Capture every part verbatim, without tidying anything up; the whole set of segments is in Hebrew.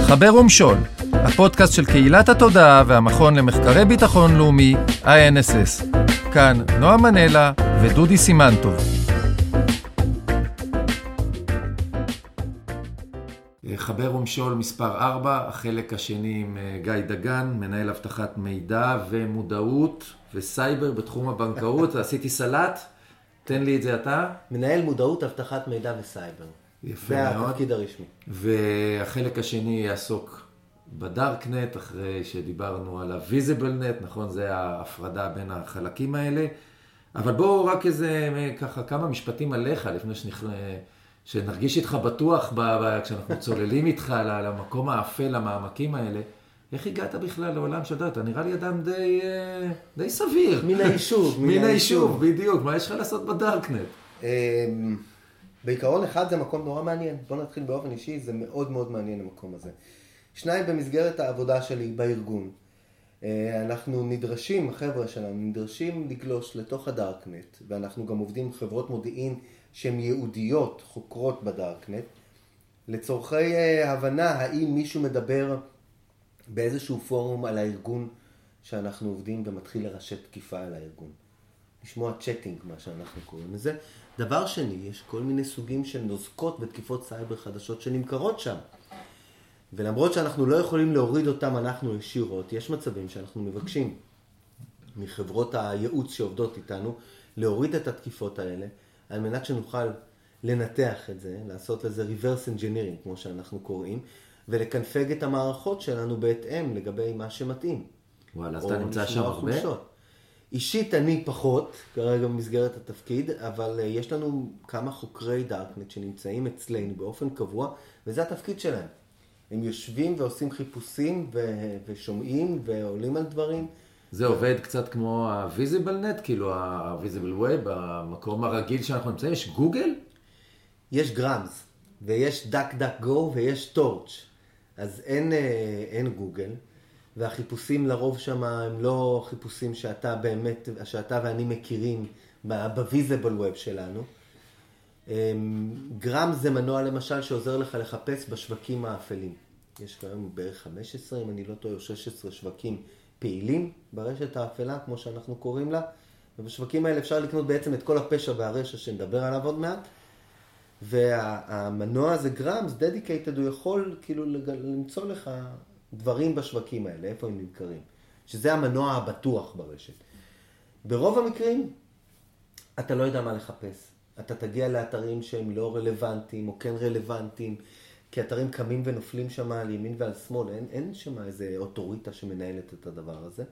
חבר ומשול, הפודקאסט של קהילת התודעה והמכון למחקרי ביטחון לאומי, איי אן אס אס. כאן נועה מנלה ודודי סימנטוב. חבר ומשול מספר ארבע, החלק השני עם גיא דגן, מנהל הבטחת מידע ומודעות וסייבר בתחום הבנקאות. עשיתי סלט, תן לי את זה אתה. מנהל מודעות, הבטחת מידע וסייבר. יפה מאוד. זה התפקיד הרשמי. והחלק השני יעסוק בדארקנט, אחרי שדיברנו על הוויזיבלנט, נכון? זה ההפרדה בין החלקים האלה. אבל בואו רק איזה, ככה, כמה משפטים עליך, לפני שנכ... שנרגיש איתך בטוח ב... ב... כשאנחנו צוללים איתך למקום האפל, למעמקים האלה. איך הגעת בכלל לעולם של דארקנט? אתה נראה לי אדם די, די סביר. מן היישוב. מן היישוב, בדיוק. מה יש לך לעשות בדארקנט? בעיקרון אחד זה מקום נורא מעניין. בוא נתחיל באופן אישי, זה מאוד מאוד מעניין המקום הזה. שניים, במסגרת העבודה שלי בארגון, אנחנו נדרשים, החבר'ה שלנו, נדרשים לגלוש לתוך הדארקנט, ואנחנו גם עובדים עם חברות מודיעין שהן ייעודיות, חוקרות בדארקנט, לצורכי הבנה האם מישהו מדבר באיזשהו פורום על הארגון שאנחנו עובדים ומתחיל לרשת תקיפה על הארגון. לשמוע צ'טינג, מה שאנחנו קוראים לזה. דבר שני, יש כל מיני סוגים של נוזקות ותקיפות סייבר חדשות שנמכרות שם. ולמרות שאנחנו לא יכולים להוריד אותם אנחנו ישירות, יש מצבים שאנחנו מבקשים מחברות הייעוץ שעובדות איתנו להוריד את התקיפות האלה, על מנת שנוכל לנתח את זה, לעשות לזה reverse engineering, כמו שאנחנו קוראים, ולקנפג את המערכות שלנו בהתאם לגבי מה שמתאים. וואלה, אז אתה נמצא שם הרבה? אישית אני פחות, כרגע במסגרת התפקיד, אבל יש לנו כמה חוקרי דארקנט שנמצאים אצלנו באופן קבוע, וזה התפקיד שלהם. הם יושבים ועושים חיפושים ו- ושומעים ועולים על דברים. זה עובד קצת כמו ה-Visible Net, כאילו ה-Visible Web, המקום הרגיל שאנחנו נמצאים. יש גוגל? יש גרמס, ויש דק דק גו ויש טורץ'. אז אין, אין גוגל, והחיפושים לרוב שם הם לא חיפושים שאתה באמת, שאתה ואני מכירים ב-Visible Web שלנו. גרמס זה מנוע למשל שעוזר לך לחפש בשווקים האפלים. יש כיום בערך חמש עשרה, אם אני לא טועה, או שש עשרה שווקים פעילים ברשת האפלה, כמו שאנחנו קוראים לה. ובשווקים האלה אפשר לקנות בעצם את כל הפשע והרשע שנדבר עליו עוד מעט. והמנוע הזה גרמס, dedicated, הוא יכול כאילו למצוא לך דברים בשווקים האלה, איפה הם נמכרים. שזה המנוע הבטוח ברשת. ברוב המקרים, אתה לא יודע מה לחפש. אתה תגיע לאתרים שהם לא רלוונטיים או כן רלוונטיים, כי אתרים קמים ונופלים שם על ימין ועל שמאל, אין, אין שם איזה אוטוריטה שמנהלת את הדבר הזה.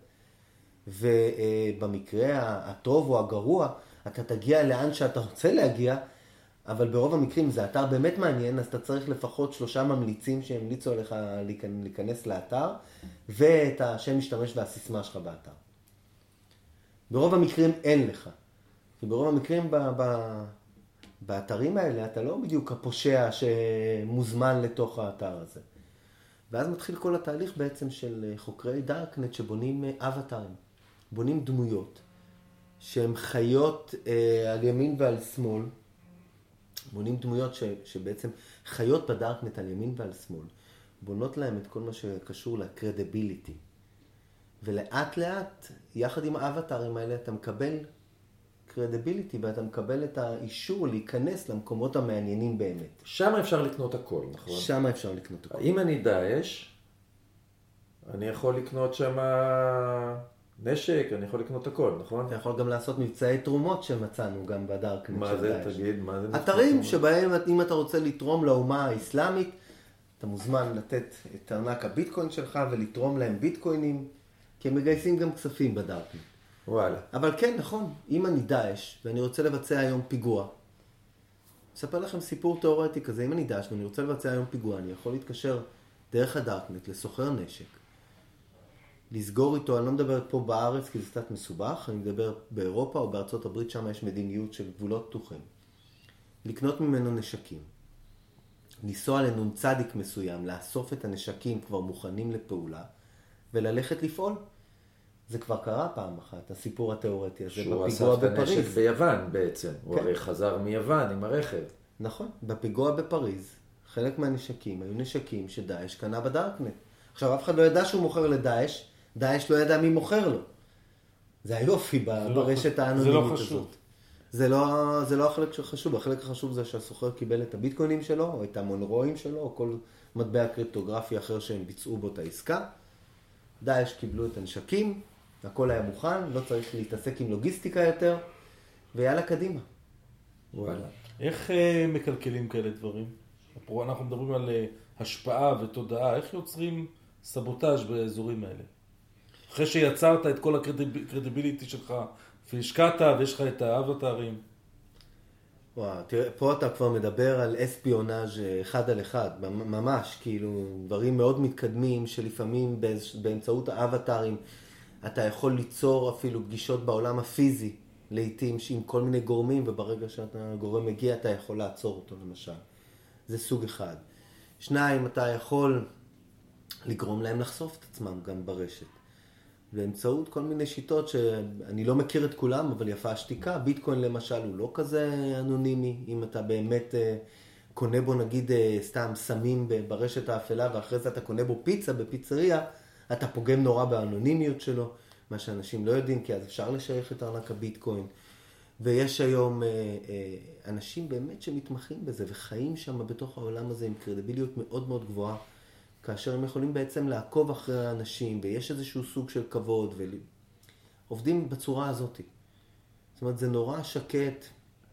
ובמקרה הטוב או הגרוע, אתה תגיע לאן שאתה רוצה להגיע, אבל ברוב המקרים זה אתר באמת מעניין, אז אתה צריך לפחות שלושה ממליצים שהמליצו עליך להיכנס לאתר, ואת השם משתמש והסיסמה שלך באתר. ברוב המקרים אין לך. כי ברוב המקרים ב- ב- באתרים האלה אתה לא בדיוק הפושע שמוזמן לתוך האתר הזה. ואז מתחיל כל התהליך בעצם של חוקרי דארקנט שבונים אבטרים, בונים דמויות שהן חיות אה, על ימין ועל שמאל, בונים דמויות ש- שבעצם חיות בדארקנט על ימין ועל שמאל, בונות להם את כל מה שקשור לקרדיביליטי. ולאט לאט, יחד עם האבטרים האלה, אתה מקבל קרדיביליטי, ואתה מקבל את האישור להיכנס למקומות המעניינים באמת. שם אפשר לקנות הכל, נכון? שם אפשר לקנות הכל. אם אני דאעש, אני יכול לקנות שם נשק, אני יכול לקנות הכל, נכון? אתה יכול גם לעשות מבצעי תרומות שמצאנו גם בדארקנט. מה זה, תגיד, מה זה? אתרים שבהם אם אתה רוצה לתרום לאומה האסלאמית, אתה מוזמן לתת את ארנק הביטקוין שלך ולתרום להם ביטקוינים, כי הם מגייסים גם כספים בדארקנט. וואלה. אבל כן, נכון, אם אני דאעש ואני רוצה לבצע היום פיגוע, אספר לכם סיפור תיאורטי כזה, אם אני דאעש ואני רוצה לבצע היום פיגוע, אני יכול להתקשר דרך הדארקנט לסוחר נשק, לסגור איתו, אני לא מדבר פה בארץ כי זה קצת מסובך, אני מדבר באירופה או בארצות הברית, שם יש מדיניות של גבולות פתוחים. לקנות ממנו נשקים, לנסוע לנון צדיק מסוים, לאסוף את הנשקים כבר מוכנים לפעולה, וללכת לפעול. זה כבר קרה פעם אחת, הסיפור התיאורטי הזה, בפיגוע בפריז. שהוא אסף את הנשק ביוון בעצם, הוא הרי חזר מיוון עם הרכב. נכון, בפיגוע בפריז, חלק מהנשקים היו נשקים שדאעש קנה בדארקנט. עכשיו, אף אחד לא ידע שהוא מוכר לדאעש, דאעש לא ידע מי מוכר לו. זה היופי ברשת האנונימית הזאת. זה לא, זה לא החלק שחשוב, החלק החשוב זה שהסוחר קיבל את הביטקוינים שלו, או את המונרואים שלו, או כל מטבע קריפטוגרפי אחר שהם ביצעו בו את העסקה. דאעש קיבלו את הנשקים, הכל היה מוכן, לא צריך להתעסק עם לוגיסטיקה יותר, ויאללה קדימה. וואלה. איך מקלקלים כאלה דברים? אנחנו מדברים על השפעה ותודעה, איך יוצרים סבוטאז' באזורים האלה? אחרי שיצרת את כל הקרדיביליטי שלך, והשקעת ויש לך את האבטרים. וואו, תראה, פה אתה כבר מדבר על אספיונאז' אחד על אחד, ממש, כאילו, דברים מאוד מתקדמים שלפעמים באמצעות האבטרים אתה יכול ליצור אפילו פגישות בעולם הפיזי, לעתים עם כל מיני גורמים, וברגע שאתה גורם מגיע אתה יכול לעצור אותו למשל. זה סוג אחד. שניים, אתה יכול לגרום להם לחשוף את עצמם גם ברשת. באמצעות כל מיני שיטות שאני לא מכיר את כולם, אבל יפה השתיקה. ביטקוין למשל הוא לא כזה אנונימי, אם אתה באמת קונה בו נגיד סתם סמים ברשת האפלה, ואחרי זה אתה קונה בו פיצה בפיצריה, אתה פוגם נורא באנונימיות שלו, מה שאנשים לא יודעים, כי אז אפשר לשייך את ארנק הביטקוין. ויש היום אנשים באמת שמתמחים בזה, וחיים שם בתוך העולם הזה עם קרדיביליות מאוד מאוד גבוהה, כאשר הם יכולים בעצם לעקוב אחרי האנשים, ויש איזשהו סוג של כבוד, ועובדים בצורה הזאת. זאת אומרת, זה נורא שקט,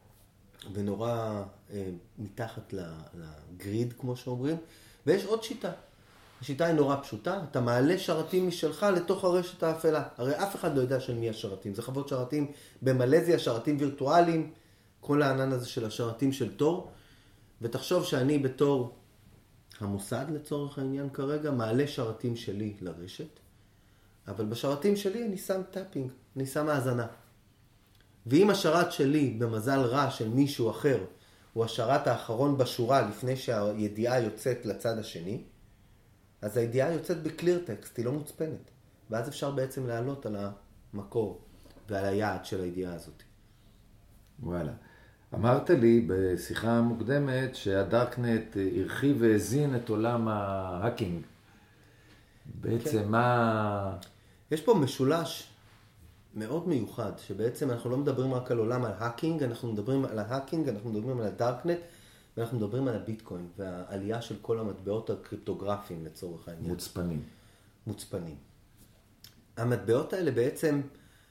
ונורא אה, מתחת לגריד, כמו שאומרים, ויש עוד שיטה. השיטה היא נורא פשוטה, אתה מעלה שרתים משלך לתוך הרשת האפלה. הרי אף אחד לא יודע של מי השרתים. זה חוות שרתים במלזיה, שרתים וירטואליים, כל הענן הזה של השרתים של תור, ותחשוב שאני בתור המוסד לצורך העניין כרגע מעלה שרתים שלי לרשת, אבל בשרתים שלי אני שם טאפינג, אני שם האזנה. ואם השרת שלי במזל רע של מישהו אחר הוא השרת האחרון בשורה לפני שהידיעה יוצאת לצד השני, אז הידיעה יוצאת בקליר טקסט, היא לא מוצפנת. ואז אפשר בעצם לעלות על המקור ועל היעד של הידיעה הזאת. וואלה. אמרת לי בשיחה מוקדמת שהדארקנט הרחיב והזין את עולם ההאקינג. בעצם כן. מה... יש פה משולש מאוד מיוחד, שבעצם אנחנו לא מדברים רק על עולם ההאקינג, אנחנו מדברים על ההאקינג, אנחנו מדברים על הדארקנט, ואנחנו מדברים על הביטקוין, והעלייה של כל המטבעות הקריפטוגרפיים לצורך העניין. מוצפנים. מוצפנים. המטבעות האלה בעצם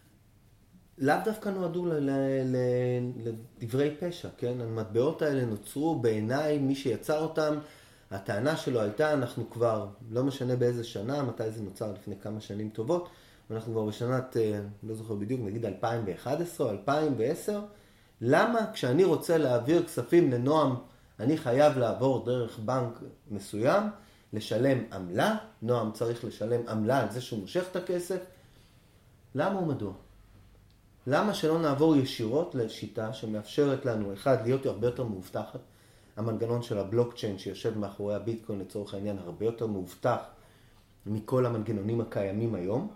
לאו דווקא נועדו ל- ל- ל- לדברי פשע, כן? המטבעות האלה נוצרו בעיניי, מי שיצר אותם, הטענה שלו הייתה, אנחנו כבר, לא משנה באיזה שנה, מתי זה נוצר לפני כמה שנים טובות, אנחנו כבר בשנת, לא זוכר בדיוק, נגיד אלפיים ואחת עשרה או אלפיים ועשר, למה כשאני רוצה להעביר כספים לנועם, אני חייב לעבור דרך בנק מסוים, לשלם עמלה, נועם צריך לשלם עמלה על זה שהוא מושך את הכסף, למה ומדוע? למה שלא נעבור ישירות לשיטה שמאפשרת לנו, אחד, להיות הרבה יותר מאובטחת, המנגנון של הבלוקצ'יין שיושב מאחורי הביטקוין לצורך העניין הרבה יותר מאובטח מכל המנגנונים הקיימים היום,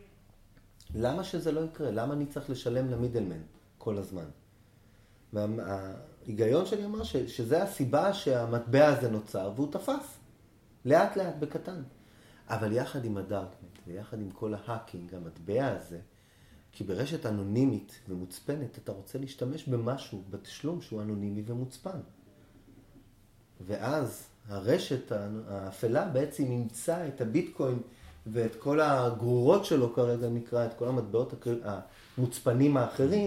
למה שזה לא יקרה? למה אני צריך לשלם למידלמן כל הזמן? וההיגיון שלי אומר ש, שזה הסיבה שהמטבע הזה נוצר, והוא תפס לאט לאט בקטן. אבל יחד עם הדארקנט ויחד עם כל ההאקינג, המטבע הזה, כי ברשת אנונימית ומוצפנת אתה רוצה להשתמש במשהו, בתשלום שהוא אנונימי ומוצפן. ואז הרשת האפלה בעצם ימצא את הביטקוין ואת כל הגרורות שלו כרגע נקרא, את כל המטבעות המוצפנים האחרים,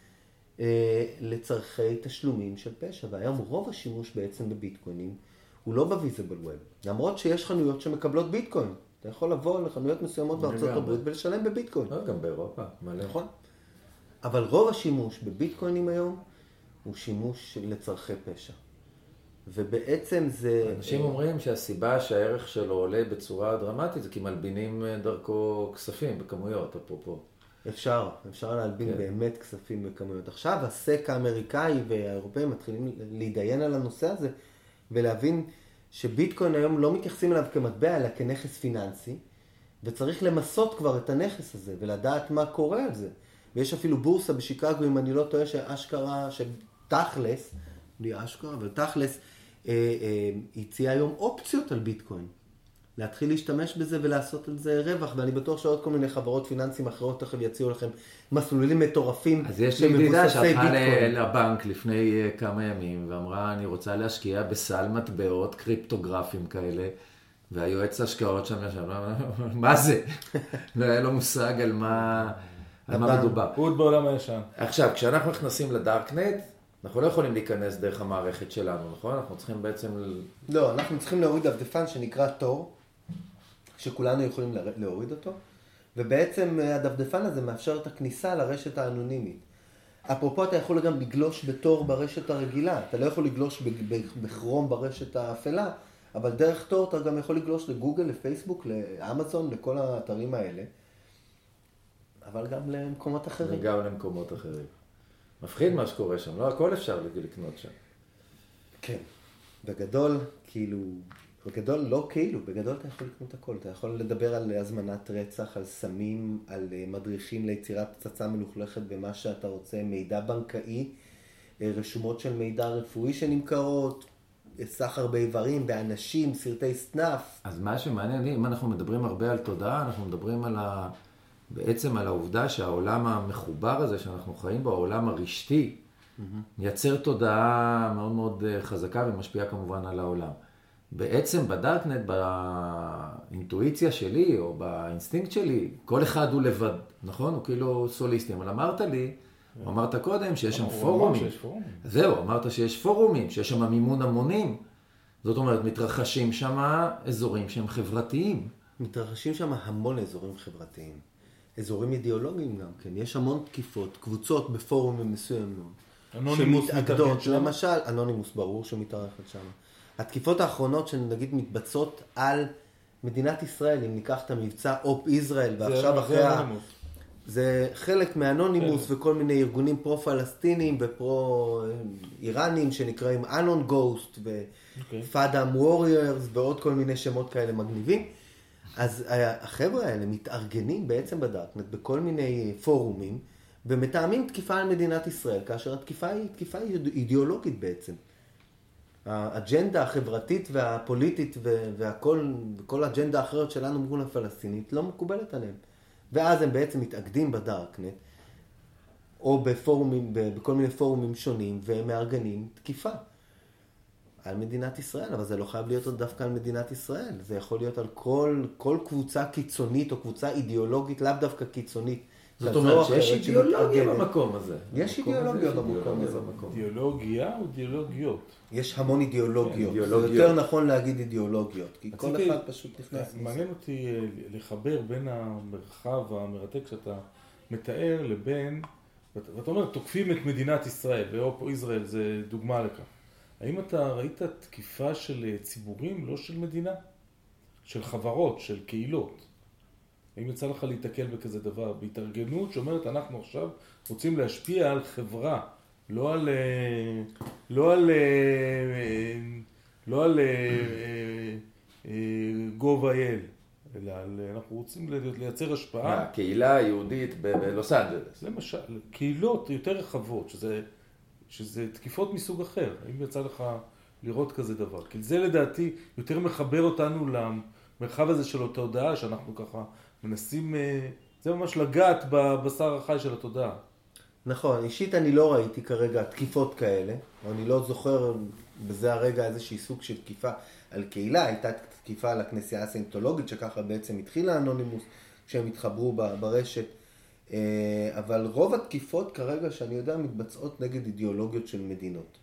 לצרכי תשלומים של פשע. והיום רוב השימוש בעצם בביטקוינים הוא לא בוויזיבל ווב. למרות שיש חנויות שמקבלות ביטקוין. אתה יכול לבוא לחנויות מסוימות בארצות הברית ולשלם בביטקוין. גם באירופה, מלא. נכון. אבל רוב השימוש בביטקוינים היום הוא שימוש לצרכי פשע. ובעצם זה... אנשים אומרים שהסיבה שהערך שלו עולה בצורה דרמטית זה כי מלבינים דרכו כספים בכמויות, אפרופו. אפשר, אפשר להלבין כן. באמת כספים בכמויות. עכשיו הסק האמריקאי והאירופאים מתחילים להידיין על הנושא הזה ולהבין שביטקוין היום לא מתייחסים אליו כמטבע אלא כנכס פיננסי, וצריך למסות כבר את הנכס הזה ולדעת מה קורה על זה. ויש אפילו בורסה בשיקגו, אם אני לא טועה, שאשכרה, שתכלס, בלי אשכרה, אבל תכלס, הציע היום אופציות על ביטקוין. להתחיל להשתמש בזה ולעשות על זה רווח, ואני בטוח שעוד כל מיני חברות פיננסים אחרות תכף יציעו לכם מסלולים מטורפים. אז יש לי ידידה שהלכה לבנק לפני כמה ימים ואמרה, אני רוצה להשקיע בסל מטבעות קריפטוגרפיים כאלה, והיועץ השקעות שם ישב, מה זה? לא היה לו מושג על מה, על מה מדובר. הוא עוד בעולם הישן. עכשיו, כשאנחנו נכנסים לדארקנט, אנחנו לא יכולים להיכנס דרך המערכת שלנו, נכון? אנחנו צריכים בעצם... לא, אנחנו צריכים להוריד דפדפן שנקרא תור, שכולנו יכולים להוריד אותו, ובעצם הדפדפן הזה מאפשר את הכניסה לרשת האנונימית. אפרופו, אתה יכול גם לגלוש בתור ברשת הרגילה, אתה לא יכול לגלוש בכרום ברשת האפלה, אבל דרך תור אתה גם יכול לגלוש לגוגל, לפייסבוק, לאמזון, לכל האתרים האלה, אבל גם למקומות אחרים. וגם למקומות אחרים. מפחיד מה שקורה שם, לא הכל אפשר לקנות שם. כן, בגדול, כאילו, בגדול לא כאילו, בגדול אתה יכול לקנות הכל. אתה יכול לדבר על הזמנת רצח, על סמים, על מדריכים ליצירת פצצה מלוכלכת במה שאתה רוצה, מידע בנקאי, רשומות של מידע רפואי שנמכרות, סחר באיברים, באנשים, סרטי סנאף. אז מה שמעניין לי, אם אנחנו מדברים הרבה על תודעה, אנחנו מדברים על ה... בעצם על העובדה שהעולם המחובר הזה שאנחנו חיים בו, העולם הרשתי, מייצר תודעה מאוד מאוד חזקה ומשפיעה כמובן על העולם. בעצם בדארקנט, באינטואיציה שלי או באינסטינקט שלי, כל אחד הוא לבד, נכון? הוא כאילו סוליסטי. אבל אמרת לי, אמרת קודם שיש שם פורומים. זהו, אמרת שיש פורומים, שיש שם מימון המונים. זאת אומרת, מתרחשים שם אזורים שהם חברתיים. מתרחשים שם המון אזורים חברתיים. אזורים אידיאולוגיים גם כן. יש המון תקיפות, קבוצות בפורומים מסוימים. שמתאגדות, למשל, אנונימוס ברור שמתארחת שם. התקיפות האחרונות שנגיד מתבצעות על מדינת ישראל, אם ניקח את המבצע אופ ישראל, ועכשיו אחרי ה... זה חלק מאנונימוס וכל מיני ארגונים פרו-פלסטינים ופרו-איראנים שנקראים אנון גוסט ופאדם ווריירס ועוד כל מיני שמות כאלה מגניבים. אז החבר'ה האלה מתארגנים בעצם בדארקנט בכל מיני פורומים ומתאמים תקיפה על מדינת ישראל, כאשר התקיפה היא תקיפה אידיאולוגית בעצם. האג'נדה החברתית והפוליטית והכל, וכל האג'נדה האחרת שלנו מול הפלסטינית לא מקובלת עליהם. ואז הם בעצם מתאגדים בדארקנט, או בפורומים, בכל מיני פורומים שונים, והם מארגנים תקיפה על מדינת ישראל. אבל זה לא חייב להיות דווקא על מדינת ישראל. זה יכול להיות על כל, כל קבוצה קיצונית או קבוצה אידיאולוגית, לאו דווקא קיצונית. זאת אומרת שיש אידיאולוגיה במקום הזה. יש אידיאולוגיה במקום הזה. אידיאולוגיה או אידיאולוגיות? יש המון אידיאולוגיות. זה יותר נכון להגיד אידיאולוגיות, כי כל אחד פשוט נכנס. מעניין אותי לחבר בין המרחב המרתק שאתה מתאר לבין, ואתה אומר, תוקפים את מדינת ישראל, ואופו ישראל זה דוגמה לכך. האם אתה ראית תקיפה של ציבורים, לא של מדינה? של חברות, של קהילות? האם יצא לך להתקל בכזה דבר, בהתארגנות שאומרת, אנחנו עכשיו רוצים להשפיע על חברה, לא על, לא על, לא על גובה אל, אלא על, אנחנו רוצים לייצר השפעה. קהילה יהודית בלוס אנג'לס. למשל, קהילות יותר רחבות, שזה, שזה תקיפות מסוג אחר. האם יצא לך לראות כזה דבר? כי זה לדעתי יותר מחבר אותנו למרחב הזה של התודעה, שאנחנו ככה מנסים, זה ממש לגעת בבשר החי של התודעה. נכון, אישית אני לא ראיתי כרגע תקיפות כאלה, או אני לא זוכר בזה הרגע איזושהי סוג של תקיפה על קהילה. הייתה תקיפה על הכנסייה הסינטולוגית, שככה בעצם התחילה אנונימוס כשהם התחברו ברשת, אבל רוב התקיפות כרגע שאני יודע מתבצעות נגד אידיאולוגיות של מדינות.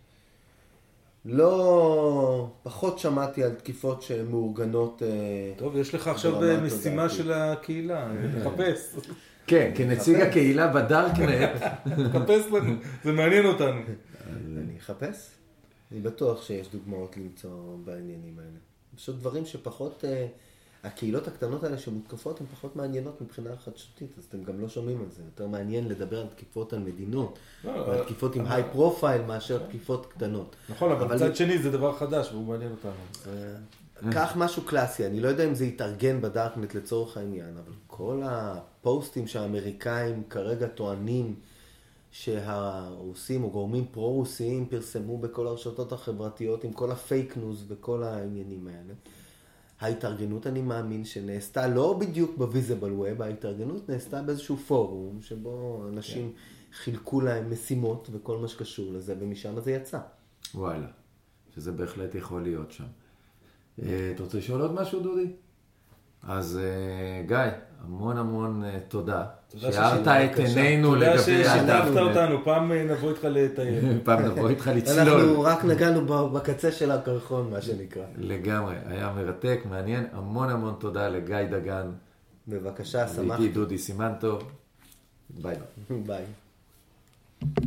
לא, פחות שמעתי על תקיפות שמאורגנות. טוב, יש לך עכשיו משימה של הקהילה, לחפש. כן, כנציג הקהילה בדארקנט. לחפש לנו, זה מעניין אותנו. אני אחפש. אני בטוח שיש דוגמאות למצוא בעניינים האלה. פשוט דברים שפחות, הקהילות הקטנות האלה שמותקפות הן פחות מעניינות מבחינה חדשותית, אז אתם גם לא שומעים על זה. יותר מעניין לדבר על תקיפות על מדינות, על תקיפות עם היי פרופייל מאשר תקיפות קטנות. נכון, אבל מצד שני זה דבר חדש והוא מעניין אותנו. כך משהו קלאסי, אני לא יודע אם זה יתארגן בדארקנט לצורך העניין, אבל כל הפוסטים שהאמריקאים כרגע טוענים שהרוסים או גורמים פרו-רוסיים פרסמו בכל הרשתות החברתיות עם כל הפייק ניוז וכל העניינים האלה. ההתארגנות, אני מאמין, שנעשתה לא בדיוק בוויזיבל ווב, ההתארגנות נעשתה באיזשהו פורום שבו אנשים כן. חילקו להם משימות וכל מה שקשור לזה, ומשם זה יצא. וואלה, שזה בהחלט יכול להיות שם. אתה רוצה לשאול עוד משהו, דודי? אז גיא, המון המון תודה. שהארת את עינינו לגבי... תודה ששיתפת אותנו, פעם נבוא איתך לטייל. פעם נבוא איתך לצלול. אנחנו רק נגענו בקצה של הקרחון, מה שנקרא. לגמרי, היה מרתק, מעניין. המון המון תודה לגיא דגן. בבקשה, שמחתי. ואיתי דודי סימנטו. ביי. ביי.